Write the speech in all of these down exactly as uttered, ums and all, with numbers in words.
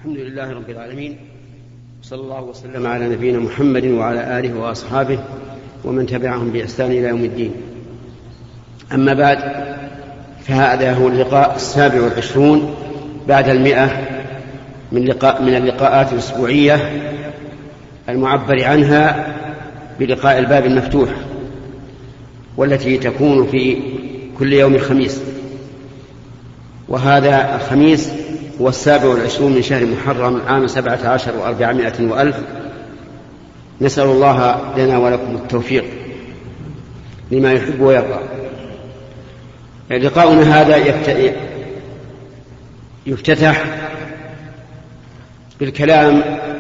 الحمد لله رب العالمين، صلى الله وسلم على نبينا محمد وعلى آله وأصحابه ومن تبعهم بإحسان إلى يوم الدين. أما بعد، فهذا هو اللقاء السابع والعشرون بعد المئة من, لقاء من اللقاءات الأسبوعية المعبر عنها بلقاء الباب المفتوح، والتي تكون في كل يوم خميس، وهذا الخميس هو السابع والعشرون من شهر محرم عام سبعة عشر وأربعمائة وألف. نسأل الله لنا ولكم التوفيق لما يحب ويرضى. لقاؤنا هذا يفتتح بالكلام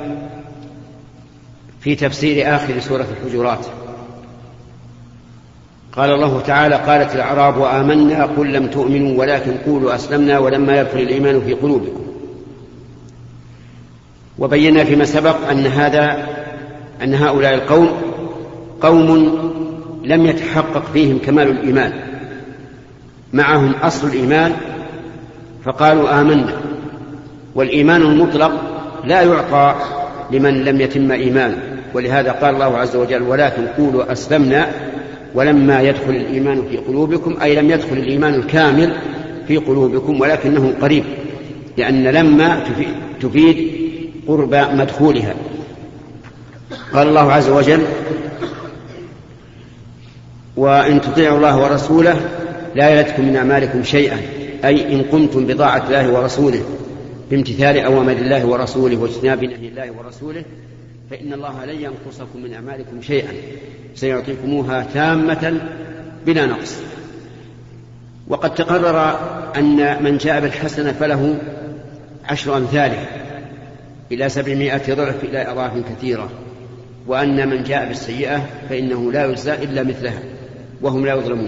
في تفسير آخر سورة الحجرات. قال الله تعالى: قالت الأعراب آمنا قل لم تؤمنوا ولكن قولوا أسلمنا ولما يدخل الإيمان في قلوبكم. وبينا فيما سبق أن هذا أن هؤلاء القوم قوم لم يتحقق فيهم كمال الإيمان، معهم أصل الإيمان فقالوا آمنا، والإيمان المطلق لا يعطى لمن لم يتم إيمانه، ولهذا قال الله عز وجل: ولكن قولوا أسلمنا ولما يدخل الإيمان في قلوبكم، أي لم يدخل الإيمان الكامل في قلوبكم ولكنه قريب، لأن لما تفيد قرب مدخولها. قال الله عز وجل: وإن تطيعوا الله ورسوله لا يلتكم من أعمالكم شيئا، أي إن قمتم بطاعة الله ورسوله بامتثال أوامر الله ورسوله واجتناب نهي الله ورسوله فإن الله لن ينقصكم من أعمالكم شيئا، سيعطيكموها تامة بلا نقص. وقد تقرر أن من جاء بالحسنة فله عشر أمثالها إلى سبعمائة ضعف إلى أضعاف كثيرة، وأن من جاء بالسيئة فإنه لا يجزى إلا مثلها وهم لا يظلمون.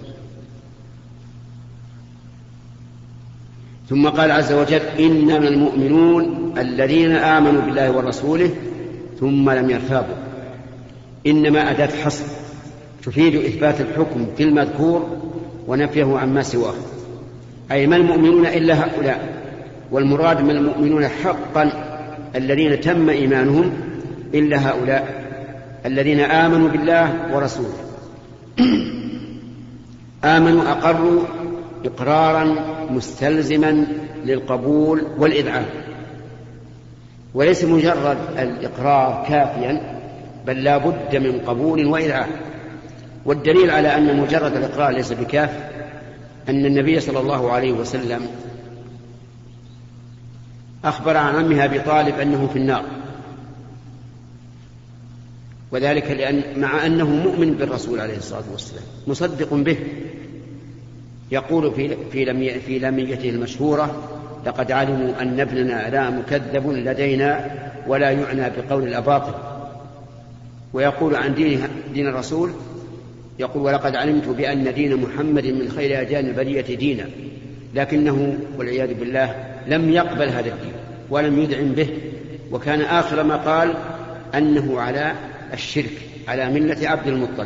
ثم قال عز وجل: إنما المؤمنون الذين آمنوا بالله ورسوله ثم لم يرتابوا. إنما أداة حصر تفيد إثبات الحكم في المذكور ونفيه عما سواه، أي ما المؤمنون إلا هؤلاء، والمراد من المؤمنون حقا الذين تم إيمانهم إلا هؤلاء الذين آمنوا بالله ورسوله. آمنوا أقروا إقرارا مستلزما للقبول والإذعان، وليس مجرد الإقرار كافيا، بل لا بد من قبول وإذعان. والدليل على أن مجرد الإقرار ليس بكاف أن النبي صلى الله عليه وسلم أخبر عن عمه أبي طالب أنه في النار، وذلك لأن مع أنه مؤمن بالرسول عليه الصلاة والسلام مصدق به، يقول في في في لميته المشهورة: لقد علموا أن ابننا لا مكذب لدينا ولا يعنى بقول الأباطل. ويقول عن دين دين الرسول، يقول: ولقد علمت بأن دين محمد من خير أديان البرية دينا، لكنه والعياذ بالله لم يقبل هذا الدين ولم يدعم به، وكان آخر ما قال أنه على الشرك على ملة عبد المطلب.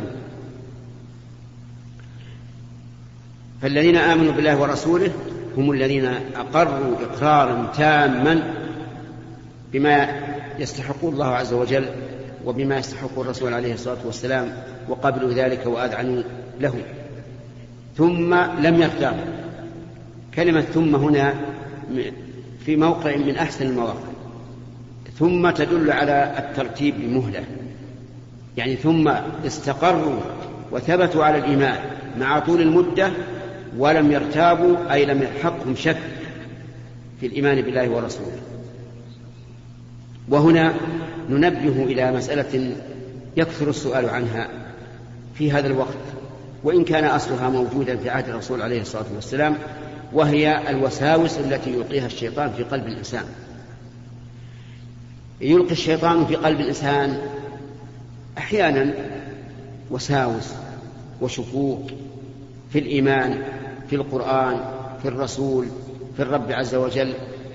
فالذين آمنوا بالله ورسوله هم الذين أقروا إقرارا تاما بما يستحق الله عز وجل وبما يستحق الرسول عليه الصلاة والسلام، وقبلوا ذلك وأذعنوا له. ثم لم يرتابوا. كلمة ثم هنا في موقع من أحسن المواقع. ثم تدل على الترتيب بمهلة، يعني ثم استقروا وثبتوا على الإيمان مع طول المدة ولم يرتابوا، أي لم يلحقهم شك في الإيمان بالله ورسوله. وهنا ننبه إلى مسألة يكثر السؤال عنها في هذا الوقت، وإن كان أصلها موجودا في عهد الرسول عليه الصلاة والسلام، وهي الوساوس التي يلقيها الشيطان في قلب الإنسان. يلقي الشيطان في قلب الإنسان أحيانا وساوس وشكوك في الإيمان، في القرآن، في الرسول، في الرب عز وجل،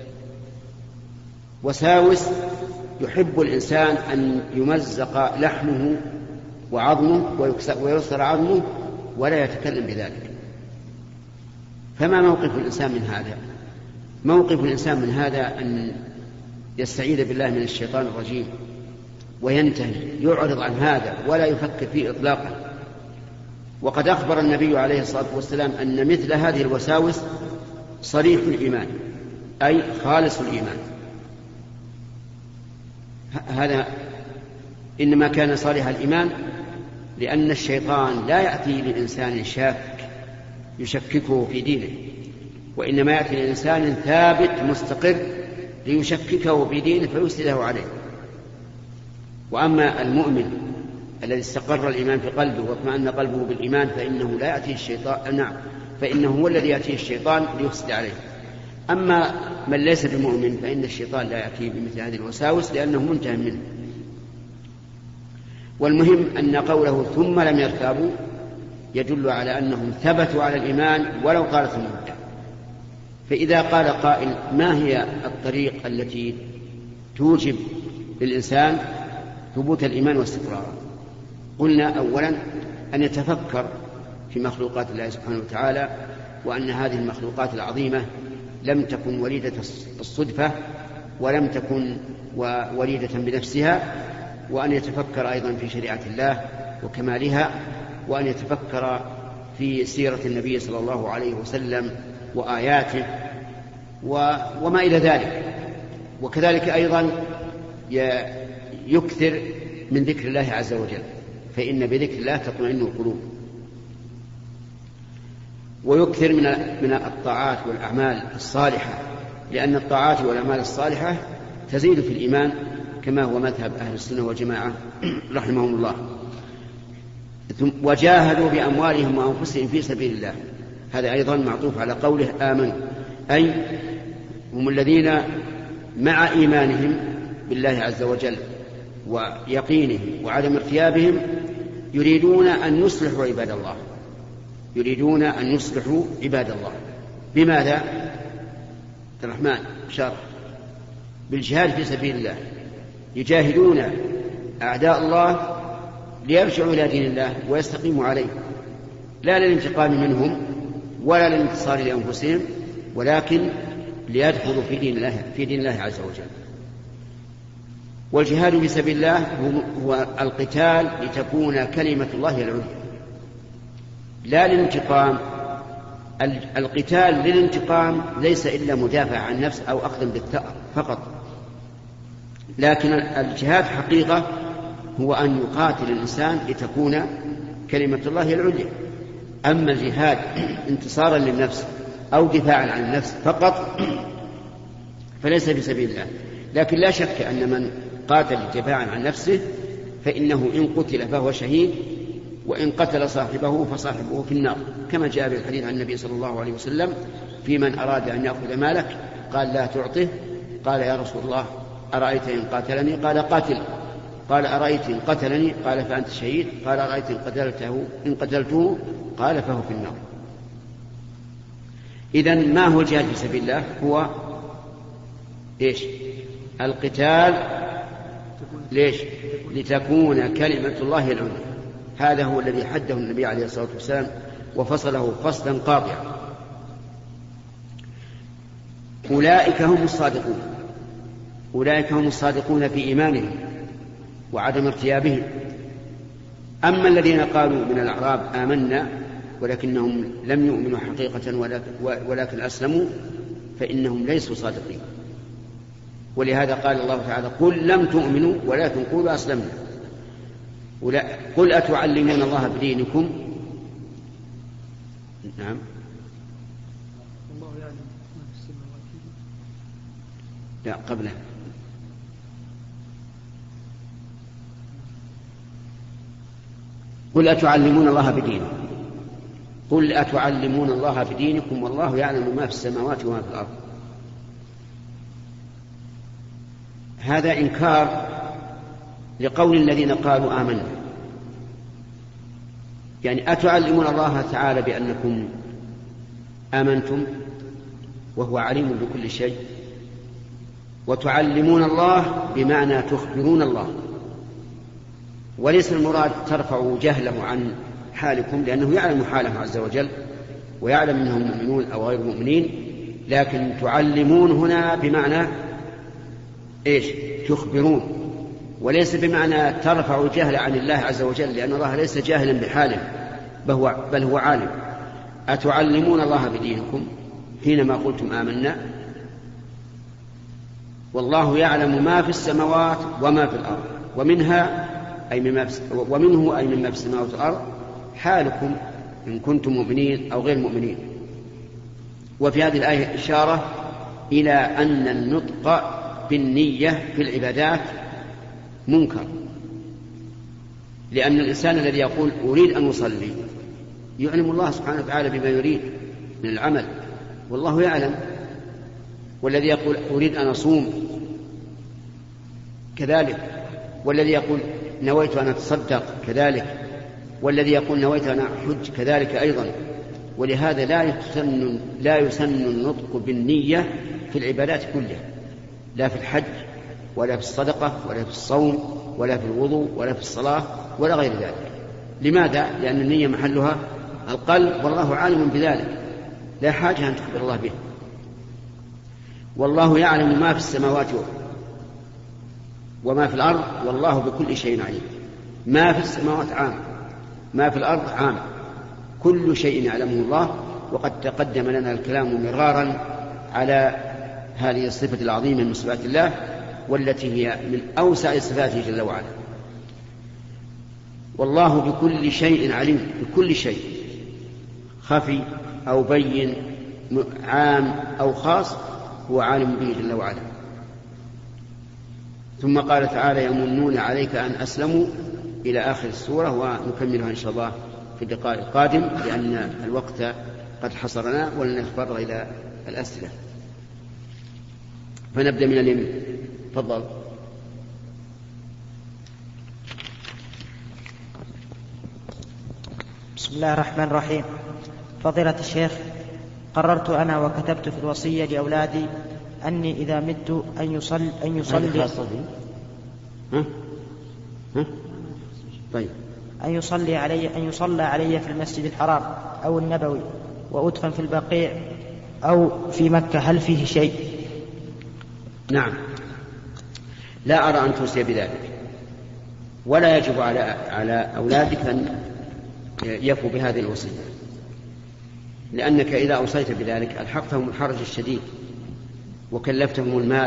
وساوس يحب الإنسان أن يمزق لحمه وعظمه ويكسر عظمه ولا يتكلم بذلك. فما موقف الإنسان من هذا؟ موقف الإنسان من هذا أن يستعيذ بالله من الشيطان الرجيم وينتهي، يعرض عن هذا ولا يفكر فيه إطلاقا. وقد أخبر النبي عليه الصلاة والسلام أن مثل هذه الوساوس صريح الإيمان، أي خالص الإيمان. هذا إنما كان صالح الإيمان لأن الشيطان لا يأتي لإنسان شاك يشككه في دينه، وإنما يأتي لإنسان ثابت مستقر ليشككه في دينه فيفسده عليه. وأما المؤمن الذي استقر الإيمان في قلبه واطمأن قلبه بالإيمان فإنه لا يأتيه الشيطان، نعم فإنه هو الذي يأتيه الشيطان ليفسد عليه. أما من ليس بمؤمن فإن الشيطان لا يأتيه بمثل هذه الوساوس لأنه منتهى منه. والمهم أن قوله ثم لم يرتابوا يدل على أنهم ثبتوا على الإيمان ولو طالت المدة. فإذا قال قائل ما هي الطريق التي توجب للإنسان ثبوت الإيمان واستقراره؟ قلنا أولا أن يتفكر في مخلوقات الله سبحانه وتعالى، وأن هذه المخلوقات العظيمة لم تكن وليدة الصدفة ولم تكن وليدة بنفسها، وأن يتفكر أيضا في شريعة الله وكمالها، وأن يتفكر في سيرة النبي صلى الله عليه وسلم وآياته وما إلى ذلك. وكذلك أيضا يكثر من ذكر الله عز وجل، فإن بذكر الله تطمئن القلوب. ويكثر من من الطاعات والأعمال الصالحة، لأن الطاعات والأعمال الصالحة تزيد في الإيمان كما هو مذهب أهل السنة والجماعة رحمهم الله. وجاهدوا بأموالهم وأنفسهم في سبيل الله، هذا أيضا معطوف على قوله آمنوا، أي هم الذين مع إيمانهم بالله عز وجل ويقينهم وعدم ارتيابهم يريدون أن يصلحوا عباد الله، يريدون أن يصلحوا عباد الله. بماذا؟ الرحمن شرح بالجهاد في سبيل الله، يجاهدون أعداء الله ليرجعوا إلى دين الله ويستقيموا عليه، لا للانتقام منهم ولا للانتصار لأنفسهم، ولكن ليدخلوا في دين الله, في دين الله عز وجل. والجهاد في سبيل الله هو القتال لتكون كلمة الله العليا، لا للانتقام. القتال للانتقام ليس إلا مدافع عن النفس أو أخذ بالثأر فقط، لكن الجهاد حقيقة هو أن يقاتل الإنسان لتكون كلمة الله العليا. أما الجهاد انتصارا للنفس أو دفاعا عن النفس فقط فليس في سبيل الله. لكن لا شك أن من قاتل دفاعا عن نفسه فإنه إن قتل فهو شهيد، وإن قتل صاحبه فصاحبه في النار، كما جاء في الحديث عن النبي صلى الله عليه وسلم في من أراد أن يأخذ مالك قال لا تعطه، قال يا رسول الله أرأيت إن قاتلني؟ قال قاتل. قال أرأيت إن قتلني؟ قال فأنت شهيد. قال أرأيت إن قتلته إن قتلته؟ قال فهو في النار. إذن ما هو الجهاد في سبيل الله؟ هو إيش؟ القتال ليش؟ لتكون كلمة الله العليا. هذا هو الذي حده النبي عليه الصلاة والسلام وفصله فصلا قاطعا. أولئك هم الصادقون، أولئك هم الصادقون في إيمانهم وعدم ارتيابهم. أما الذين قالوا من الأعراب آمنا ولكنهم لم يؤمنوا حقيقة ولكن أسلموا فإنهم ليسوا صادقين. ولهذا قال الله تعالى قل لم تؤمنوا ولكن قولوا أسلمنا. قل أتعلمون الله بدينكم؟ نعم الله يعلم ما في السماوات. لا قبله قل أتعلمون الله بدينكم، قل أتعلمون الله بدينكم والله يعلم ما في السماوات وما في الأرض. هذا إنكار لقول الذين قالوا آمنا، يعني أتعلمون الله تعالى بأنكم آمنتم وهو عليم بكل شيء، وتعلمون الله بمعنى تخبرون الله، وليس المراد ترفعوا جهله عن حالكم لأنه يعلم حاله عز وجل ويعلم أنهم مؤمنون أو غير مؤمنين، لكن تعلمون هنا بمعنى إيش تخبرون، وليس بمعنى ترفع الجهل عن الله عز وجل، لأن الله ليس جاهلا بحاله بل هو عالم. أتعلمون الله بدينكم حينما قلتم آمنا والله يعلم ما في السماوات وما في الأرض ومنها أي مما في ومنه أي مما في السماوات والأرض حالكم إن كنتم مؤمنين أو غير مؤمنين. وفي هذه الآية إشارة إلى أن النطق بالنية في العبادات منكر، لأن الإنسان الذي يقول أريد أن أصلي يعلم الله سبحانه وتعالى بما يريد من العمل والله يعلم، والذي يقول أريد أن أصوم كذلك، والذي يقول نويت أن أتصدق كذلك، والذي يقول نويت أن أحج كذلك أيضا. ولهذا لا يسن, لا يسن النطق بالنية في العبادات كلها، لا في الحج ولا في الصدقة ولا في الصوم ولا في الوضوء ولا في الصلاة ولا غير ذلك. لماذا؟ لأن النية محلها القلب والله عالم بذلك، لا حاجة أن تخبر الله به. والله يعلم ما في السماوات وما في الأرض والله بكل شيء عليم. ما في السماوات عام، ما في الأرض عام، كل شيء يعلمه الله. وقد تقدم لنا الكلام مرارا على هذه الصفة العظيمة من صفات الله، والتي هي من أوسع صفاته جل وعلا. والله بكل شيء عليم، بكل شيء خفي أو بين عام أو خاص هو عالم به جل وعلا. ثم قال تعالى يمنون عليك أن أسلموا إلى آخر السورة، ونكملها إن شاء الله في اللقاء القادم لأن الوقت قد حصرنا، ولنتفرغ إلى الأسئلة. فنبدأ من اليمين. تفضل. بسم الله الرحمن الرحيم. فضيلة الشيخ، قررت أنا وكتبت في الوصية لأولادي أني إذا مت أن يصلي أن يصلي ها؟ ها؟ طيب. أن يصلي علي أن يصلى علي في المسجد الحرام أو النبوي وأدفن في البقيع أو في مكة، هل فيه شيء؟ نعم، لا أرى أن توصي بذلك، ولا يجب على على أولادك أن يفوا بهذه الوصية، لأنك إذا أوصيت بذلك ألحقتهم الحرج الشديد وكلفتهم المال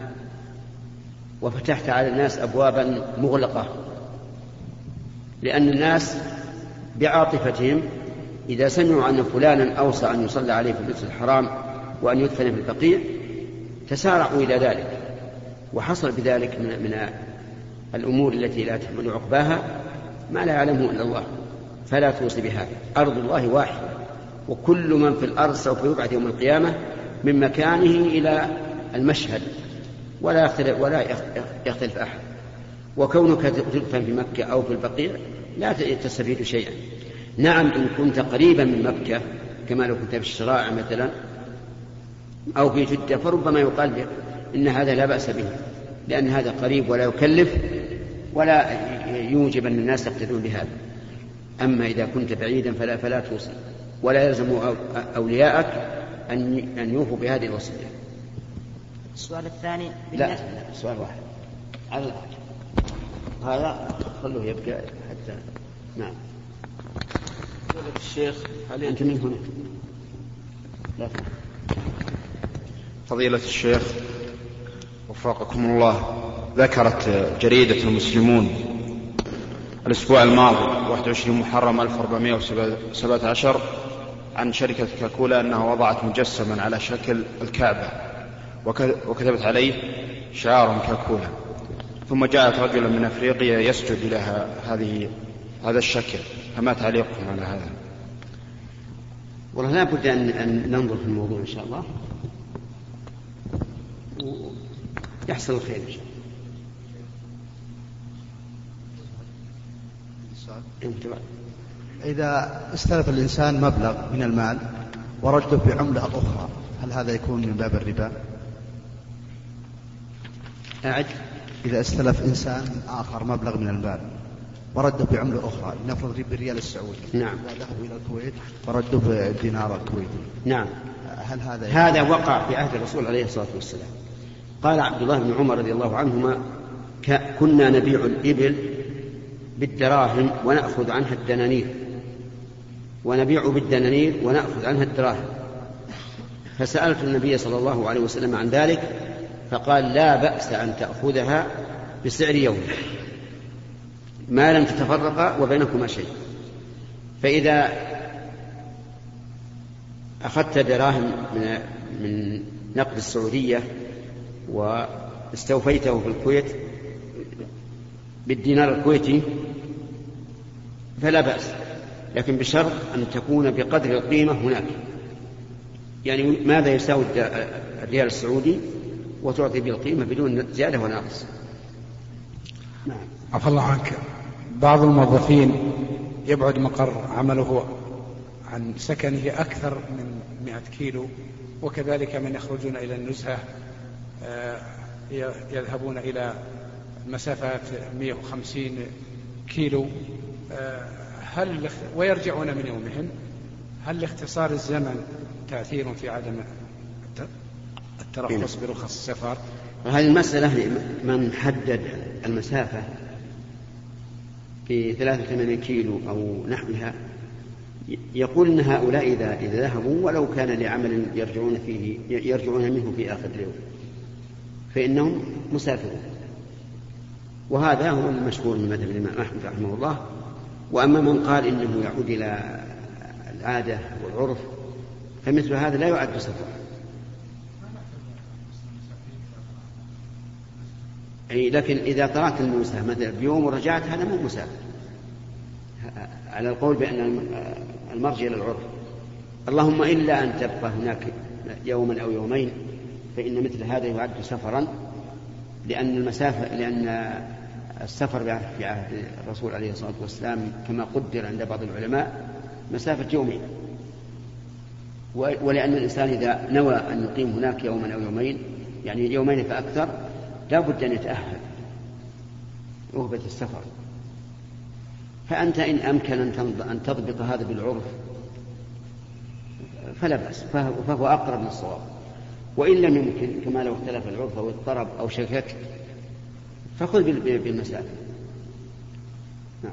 وفتحت على الناس أبوابا مغلقة، لأن الناس بعاطفتهم إذا سمعوا أن فلانا أوصى أن يصلى عليه في المسجد الحرام وأن يدفن في البقيع تسارعوا إلى ذلك، وحصل بذلك من, من الأمور التي لا تحمل عقباها ما لا يعلمه إلا الله. فلا توصي بهذا، أرض الله واحدة، وكل من في الأرض سوف يبعث يوم القيامة من مكانه إلى المشهد، ولا يختلف, ولا يختلف أحد. وكونك تدفن في مكة أو في البقيع لا تستفيد شيئا. نعم، إن كنت قريبا من مكة كما لو كنت في الشراع مثلا أو في جدة فربما يقال إن هذا لا بأس به، لأن هذا قريب ولا يكلف ولا يوجب أن الناس يقتدون بهذا. أما إذا كنت بعيدا فلا, فلا توصي، ولا يلزم أولياءك أن يوفوا بهذه الوصية. السؤال الثاني. لا، سؤال واحد على هذا خلوه يبقى حتى. نعم. الشيخ هل أنت من هنا؟ لا. فضيلة الشيخ وفقكم الله، ذكرت جريدة المسلمون الأسبوع الماضي واحد وعشرين محرم ألف وأربعمائة وسبعة عشر عن شركة كاكولا أنها وضعت مجسما على شكل الكعبة وكتبت عليه شعار كاكولا، ثم جاءت رجلا من أفريقيا يسجد إلى هذه هذا الشكل، فما تعليقكم على هذا؟ والله لا بد أن ننظر في الموضوع إن شاء الله ويحصل الخير إن شاء الله. إذا استلف الإنسان مبلغ من المال ورده بعملة أخرى، هل هذا يكون من باب الربا؟ أعد. إذا استلف إنسان آخر مبلغ من المال ورده بعملة أخرى، نفرض بالريال السعودي، نعم، وذهب إلى الكويت ورده بالدينار الكويتي، نعم، هل هذا هذا وقع في عهد الرسول عليه الصلاة والسلام، قال عبد الله بن عمر رضي الله عنهما كنا نبيع الإبل بالدراهم ونأخذ عنها الدنانير، ونبيع بالدنانير ونأخذ عنها الدراهم. فسألت النبي صلى الله عليه وسلم عن ذلك فقال لا بأس أن تأخذها بسعر يوم ما لم تتفرقا وبينكما شيء. فإذا أخذت دراهم من من نقد السعودية واستوفيته في الكويت بالدينار الكويتي فلا بأس، لكن بشرط أن تكون بقدر القيمة هناك، يعني ماذا يساوي الريال السعودي وتعطي بالقيمة بدون زيادة ولا نقص. نعم. عفى الله عنك، بعض الموظفين يبعد مقر عمله عن سكنه أكثر من مئة كيلو، وكذلك من يخرجون إلى النزهة يذهبون إلى مسافات مئة وخمسين كيلو، هل ويرجعون من يومهم، هل لاختصار الزمن تأثير في عدم الترخص برخص السفر؟ وهذه المسألة من حدد المسافة في ثلاثة وثمانين كيلو أو نحوها يقول إن هؤلاء إذا إذا ذهبوا ولو كان لعمل يرجعون فيه يرجعون منه في آخر اليوم فإنهم مسافرون، وهذا هو المشهور من مذهب الإمام أحمد رحمه الله. وأما من قال إنه يعود إلى العادة والعرف فمثل هذا لا يعد سفر. أي لكن إذا طلعت الموسى مثلا بيوم ورجعت هذا مو مسافر، على القول بأن المرجع إلى العرف، اللهم إلا أن تبقى هناك يوما أو يومين فإن مثل هذا يعد سفرا، لأن المسافة لأن السفر في عهد الرسول عليه الصلاة والسلام كما قدر عند بعض العلماء مسافة يومين، ولأن الإنسان إذا نوى أن يقيم هناك يوما أو يومين يعني يومين فأكثر لا بد أن يتأهل رهبة السفر. فأنت إن أمكن أن تضبط هذا بالعرف فلا بأس، فهو أقرب للصواب. وإن لم يمكن كما لو اختلف العرف أو اضطرب أو شكك فخذ بالمسافة. نعم.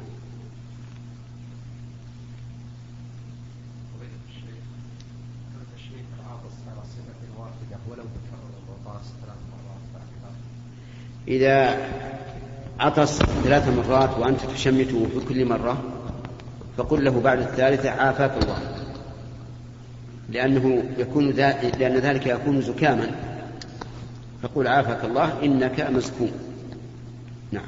إذا عطس ثلاث مرات وأنت تشمته في كل مرة فقل له بعد الثالثة عافاك الله، لأنه يكون لأن ذلك يكون زكاما، فقل عافاك الله إنك مسكوم. نعم.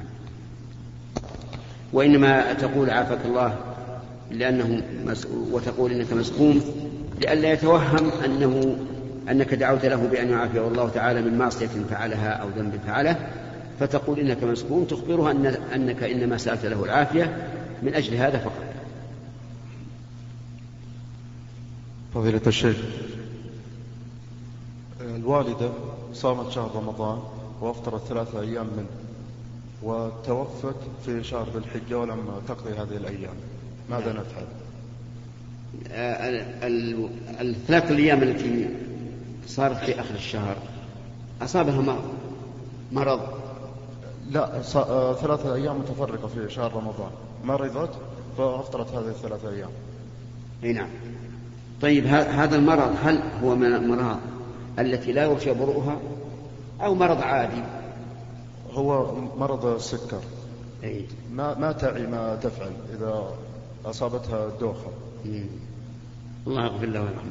وإنما تقول عافاك الله لأنه مس... وتقول إنك مسكوم لئلا يتوهم أنه أنك دعوت له بأن يعافيه الله تعالى من معصية فعلها أو ذنب فعله، فتقول إنك مسكوم تخبره أن... أنك إنما سألت له العافية من أجل هذا فقط. فضيلة الشيخ، الوالدة صامت شهر رمضان وأفطرت ثلاثة أيام منه وتوفت في شهر ذي الحجة ولم تقضي هذه الأيام، ماذا نفعل؟ الثلاث الأيام التي صارت في آخر الشهر أصابها مرض مرض لا ثلاثة أيام متفرقة في شهر رمضان، مرضت فأفطرت هذه الثلاثة أيام. أي نعم. طيب هذا المرض هل هو من الأمراض التي لا يرجى برؤها أو مرض عادي؟ هو مرض السكر. أي. ما ما تعي ما تفعل إذا أصابتها دوخة. مم. الله يغفر له ويرحمه.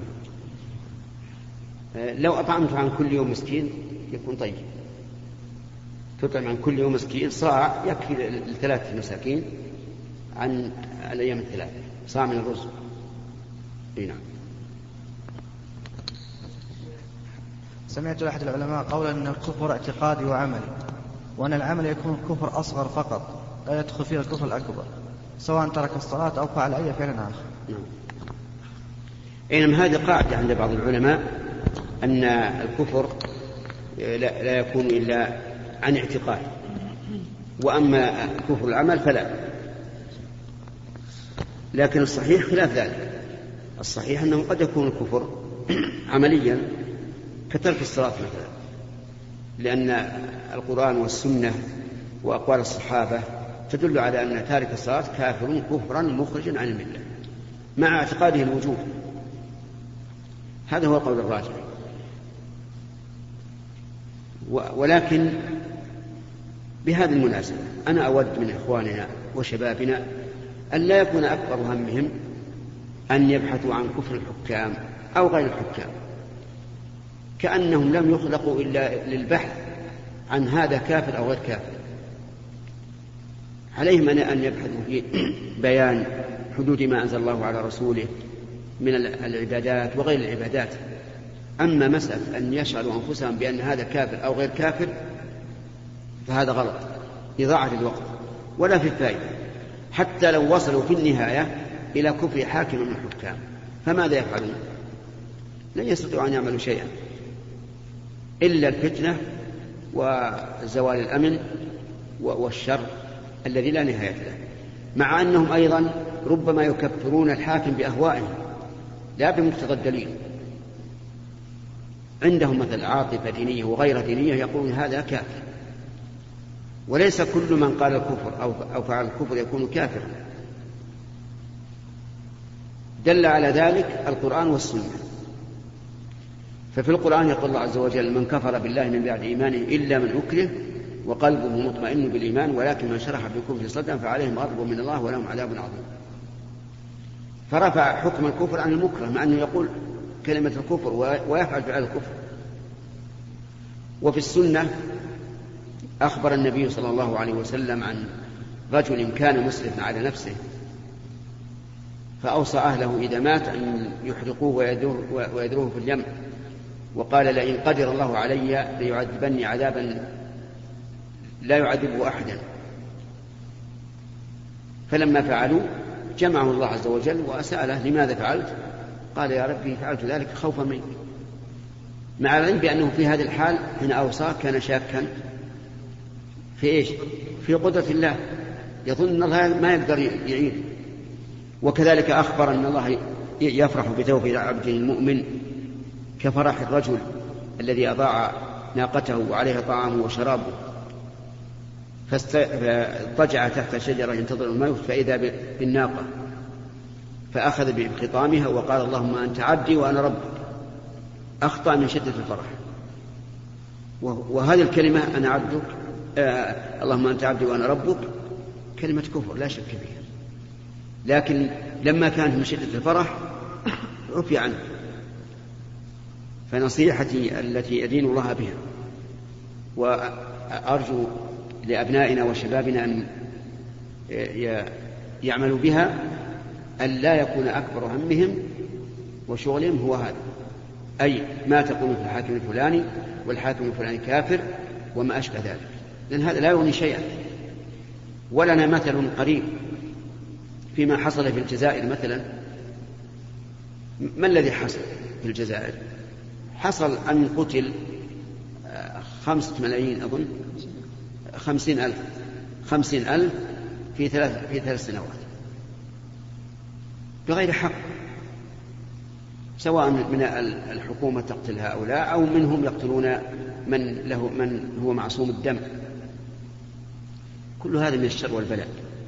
لو أطعمت عن كل يوم مسكين يكون طيب، تطعم عن كل يوم مسكين صاع يكفي الثلاث مساكين عن الأيام الثلاث، صاع من الرز. اي نعم. سمعت أحد العلماء قولا أن الكفر اعتقادي وعملي، وأن العمل يكون كفر أصغر فقط لا يدخل فيه الكفر الأكبر سواء ترك الصلاة أو فعل أي فعل آخر. نعم. إنما هذه قاعدة عند بعض العلماء أن الكفر لا يكون إلا عن اعتقاد، وأما كفر العمل فلا. لكن الصحيح خلاف ذلك، الصحيح أنه قد يكون الكفر عمليا كترك الصلاة مثلا، لأن القرآن والسنة وأقوال الصحابة تدل على أن تارك الصلاة كافر كفرا مخرجا عن الملة مع اعتقاده الوجوب. هذا هو القول الراجح. ولكن بهذه المناسبة أنا أود من إخواننا وشبابنا أن لا يكون أكبر همهم أن يبحثوا عن كفر الحكام أو غير الحكام، كأنهم لم يخلقوا إلا للبحث عن هذا كافر أو غير كافر. عليهم أن يبحثوا في بيان حدود ما أنزل الله على رسوله من العبادات وغير العبادات. أما مسألة أن يشعروا أنفسهم بأن هذا كافر أو غير كافر فهذا غلط، إضاعة الوقت ولا في الفائدة. حتى لو وصلوا في النهاية إلى كفر حاكم من الحكام فماذا يفعلون؟ لن يستطيعوا أن يعملوا شيئا إلا الفتنة وزوال الأمن والشر الذي لا نهاية له، مع أنهم أيضا ربما يكفرون الحاكم بأهوائهم لا بمقتضى الدليل. عندهم مثل عاطفة دينية وغير دينية يقولون هذا كافر، وليس كل من قال الكفر أو فعل الكفر يكون كافرا. دل على ذلك القرآن والسنة. ففي القرآن يقول الله عز وجل من كفر بالله من بعد إيمانه إلا من أكره وقلبه مطمئن بالإيمان ولكن من شرح بالكفر صدرا فعليهم غضب من الله ولهم عذاب عظيم. فرفع حكم الكفر عن المكره مع أنه يقول كلمة الكفر ويفعل فعل الكفر. وفي السنة أخبر النبي صلى الله عليه وسلم عن رجل كان مسرفا على نفسه فأوصى أهله إذا مات أن يحرقوه ويذروه في اليم، وقال لئن قدر الله علي ليعذبني عذابا لا يعذبه أحدا. فلما فعلوا جمعه الله عز وجل وسأله لماذا فعلت؟ قال يا ربي فعلت ذلك خوفا منك، مع العلم بأنه في هذه الحال حين أوصى كان شاكا في إيش؟ في قدرة الله، يظن أن الله ما يقدر يعيد. وكذلك أخبر أن الله يفرح بتوبة عبد المؤمن كفرح الرجل الذي أضاع ناقته وعليها طعامه وشرابه فاضطجع تحت شجرة ينتظر الموت فإذا بالناقة فأخذ بخطامها وقال اللهم أنت عبدي وأنا ربك، أخطأ من شدة الفرح. وهذه الكلمة أنا عبدك آه اللهم أنت عبدي وأنا ربك كلمة كفر لا شك فيها، لكن لما كانت من شدة الفرح عفي عنه. فنصيحتي التي أدين الله بها وأرجو لأبنائنا وشبابنا أن يعملوا بها أن لا يكون أكبر همهم وشغلهم هو هذا، أي ما تقول في الحاكم الفلاني والحاكم الفلاني كافر وما أشبه ذلك، لأن هذا لا يغني شيئا. ولنا مثل قريب فيما حصل في الجزائر مثلا. ما الذي حصل في الجزائر؟ حصل أن قتل خمسة ملايين أظن خمسين ألف خمسين ألف في ثلاث في ثلاث سنوات بغير حق، سواء من الحكومة تقتل هؤلاء أو منهم يقتلون من له من هو معصوم الدم. كل هذا من الشر والبلاء.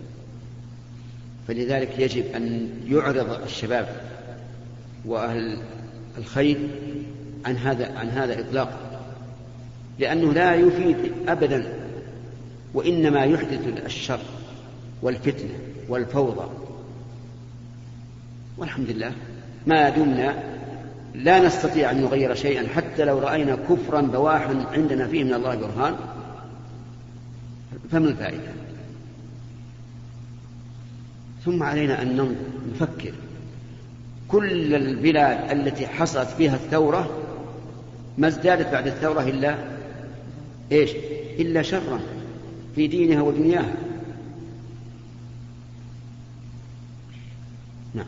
فلذلك يجب أن يعرض الشباب وأهل الخير عن هذا عن هذا إطلاقا، لأنه لا يفيد أبدا وإنما يحدث الشر والفتنة والفوضى. والحمد لله ما دمنا لا نستطيع أن نغير شيئا حتى لو رأينا كفرا بواحا عندنا فيه من الله برهان فمن الفائدة. ثم علينا أن نفكر كل البلاد التي حصلت فيها الثورة ما ازدادت بعد الثورة إلا إيش؟ إلا شرا في دينها ودنياها. نعم.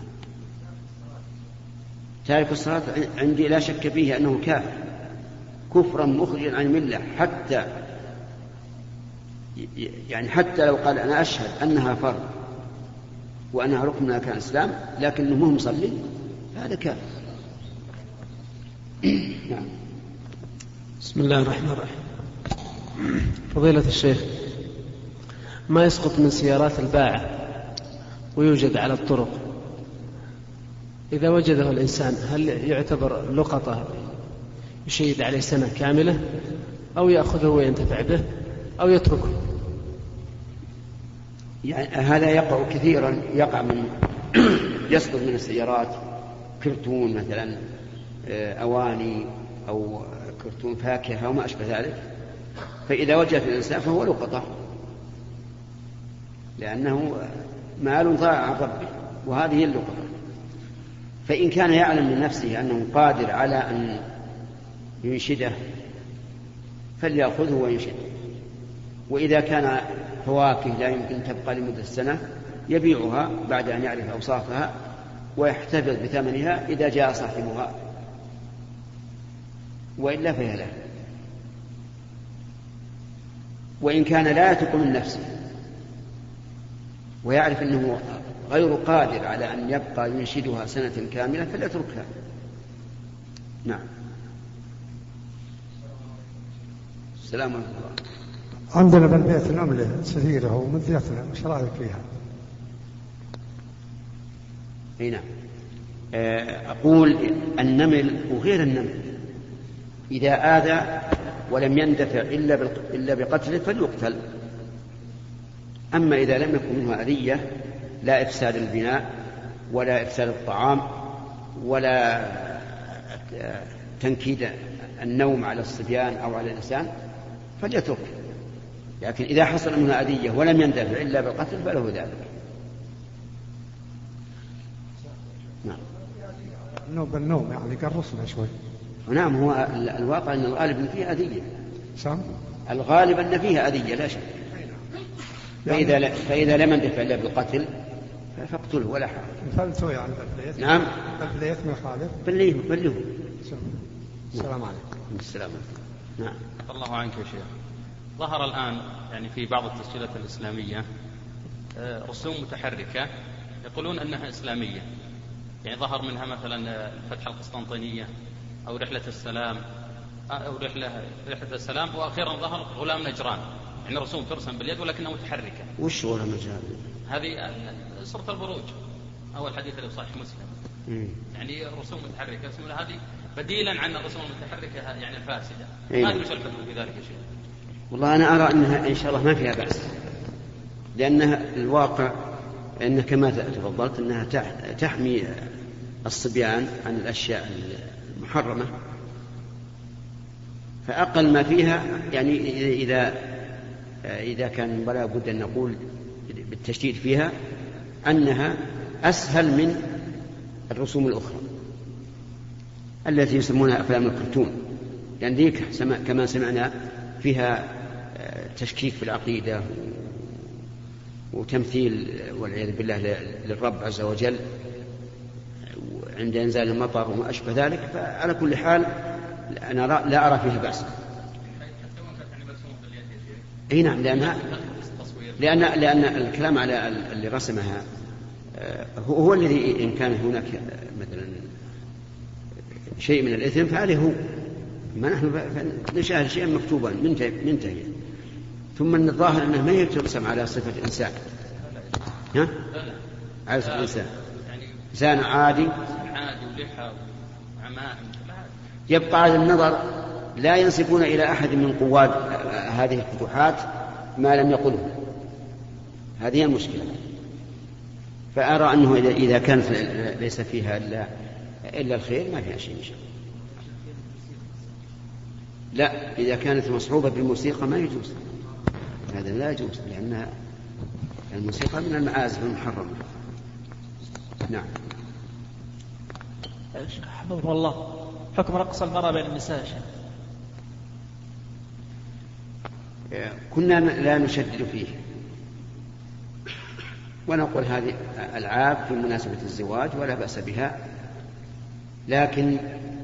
تارك الصلاة عندي لا شك فيه أنه كافر كفرا مخرجا عن الملة، حتى يعني حتى لو قال أنا أشهد أنها فرض وأنها ركن من أركان الإسلام لكنه مو مصلي فهذا كافر. نعم. بسم الله الرحمن الرحيم. فضيلة الشيخ، ما يسقط من سيارات الباعة ويوجد على الطرق، إذا وجده الإنسان هل يعتبر لقطة يشيد عليه سنة كاملة، أو يأخذه وينتفع به، أو يتركه؟ يعني هذا يقع كثيرا، يقع من يسقط من السيارات كرتون مثلا، أواني أو كرتون فاكهة أو ما أشبه ذلك، فإذا وجد الإنسان فهو لقطة، لأنه مال ضاع عن ربه، وهذه اللقطة. فإن كان يعلم من نفسه أنه قادر على أن ينشده فليأخذه وينشده. وإذا كان فواكه لا يمكن تبقى لمدة سنة يبيعها بعد أن يعرف أوصافها ويحتفظ بثمنها إذا جاء صاحبها، وإلا فهي له. وإن كان لا يثق من نفسه ويعرف أنه غير قادر على أن يبقى ينشدها سنة كاملة فليتركها. نعم. السلام عليكم. عندنا بالبيت النملة سفيرة ومذيتنا، مش رأيك فيها؟ اي نعم. أقول النمل وغير النمل إذا آذى ولم يندفع إلا بقتله فليقتل. أما إذا لم يكن منه أذية، لا إفساد البناء ولا إفساد الطعام ولا تنكيد النوم على الصبيان أو على الإنسان فليترك. لكن إذا حصل منه أذية ولم يندفع إلا بالقتل فله ذلك. نعم. النوم بالنوم يعني قرصنا شوي. نعم، هو الواقع أن الغالب أن فيها أذية. سام؟ الغالب أن فيها أذية لا شك. فإذا, ل... فإذا لم يندفع إلا بالقتل فاقتله ولا حرج. فلتوا يعني بالبليت. نعم. بالبليت من خالد. بليه بليه. السلام عليكم. السلام عليكم. نعم. الله عنك يا شيخ. ظهر الآن يعني في بعض التسجيلات الإسلامية رسوم متحركة يقولون أنها إسلامية، يعني ظهر منها مثلا الفتح القسطنطينية أو رحلة السلام أو رحلة رحلة السلام، وأخيرا ظهر غلام نجران، يعني رسوم ترسم باليد ولكنها متحركة. وش غلام نجران؟ هذه سورة البروج أول حديث اللي صحيح مسلم. مم. يعني رسوم متحركة اسمها هذه بديلا عن الرسوم المتحركة يعني الفاسدة. ما أدري وش الفتوى في ذلك يا شيخ؟ والله أنا أرى أنها إن شاء الله ما فيها بأس، لأنها الواقع أن كما تفضلت أنها تحمي الصبيان عن الأشياء المحرمة، فأقل ما فيها يعني إذا إذا كان ولا بد أن نقول بالتشديد فيها أنها أسهل من الرسوم الأخرى التي يسمونها أفلام الكرتون، لأن يعني ذيك كما سمعنا فيها تشكيك في العقيدة وتمثيل والعياذ بالله للرب عز وجل عند إنزال المطر وما أشبه ذلك. فعلى كل حال أنا لا أرى فيها بأس. أي نعم، لأنها لأن لأن الكلام على اللي رسمها هو الذي إن كان هناك مثلا شيء من الإثم فعليه هو، ما نحن نشاهد شيئا مكتوبا منتهيا، ثم أن الظاهر أنه ما يترسم على صفة إنسان، ها؟ على صفة إنسان إنسان عادي يبقى على النظر. لا ينسبون إلى أحد من قواد هذه الفتوحات ما لم يقله، هذه المشكلة. فأرى أنه إذا كانت ليس فيها إلا, إلا الخير ما فيها شيء إن شاء الله. لا، إذا كانت مصحوبة بالموسيقى ما يجوز، هذا لا يجوز، لأن الموسيقى من المعازف المحرمة. نعم. حفظكم الله، حكم رقص المرأة بين النساء شيء. كنا لا نشدد فيه ونقول هذه ألعاب في مناسبة الزواج ولا بأس بها، لكن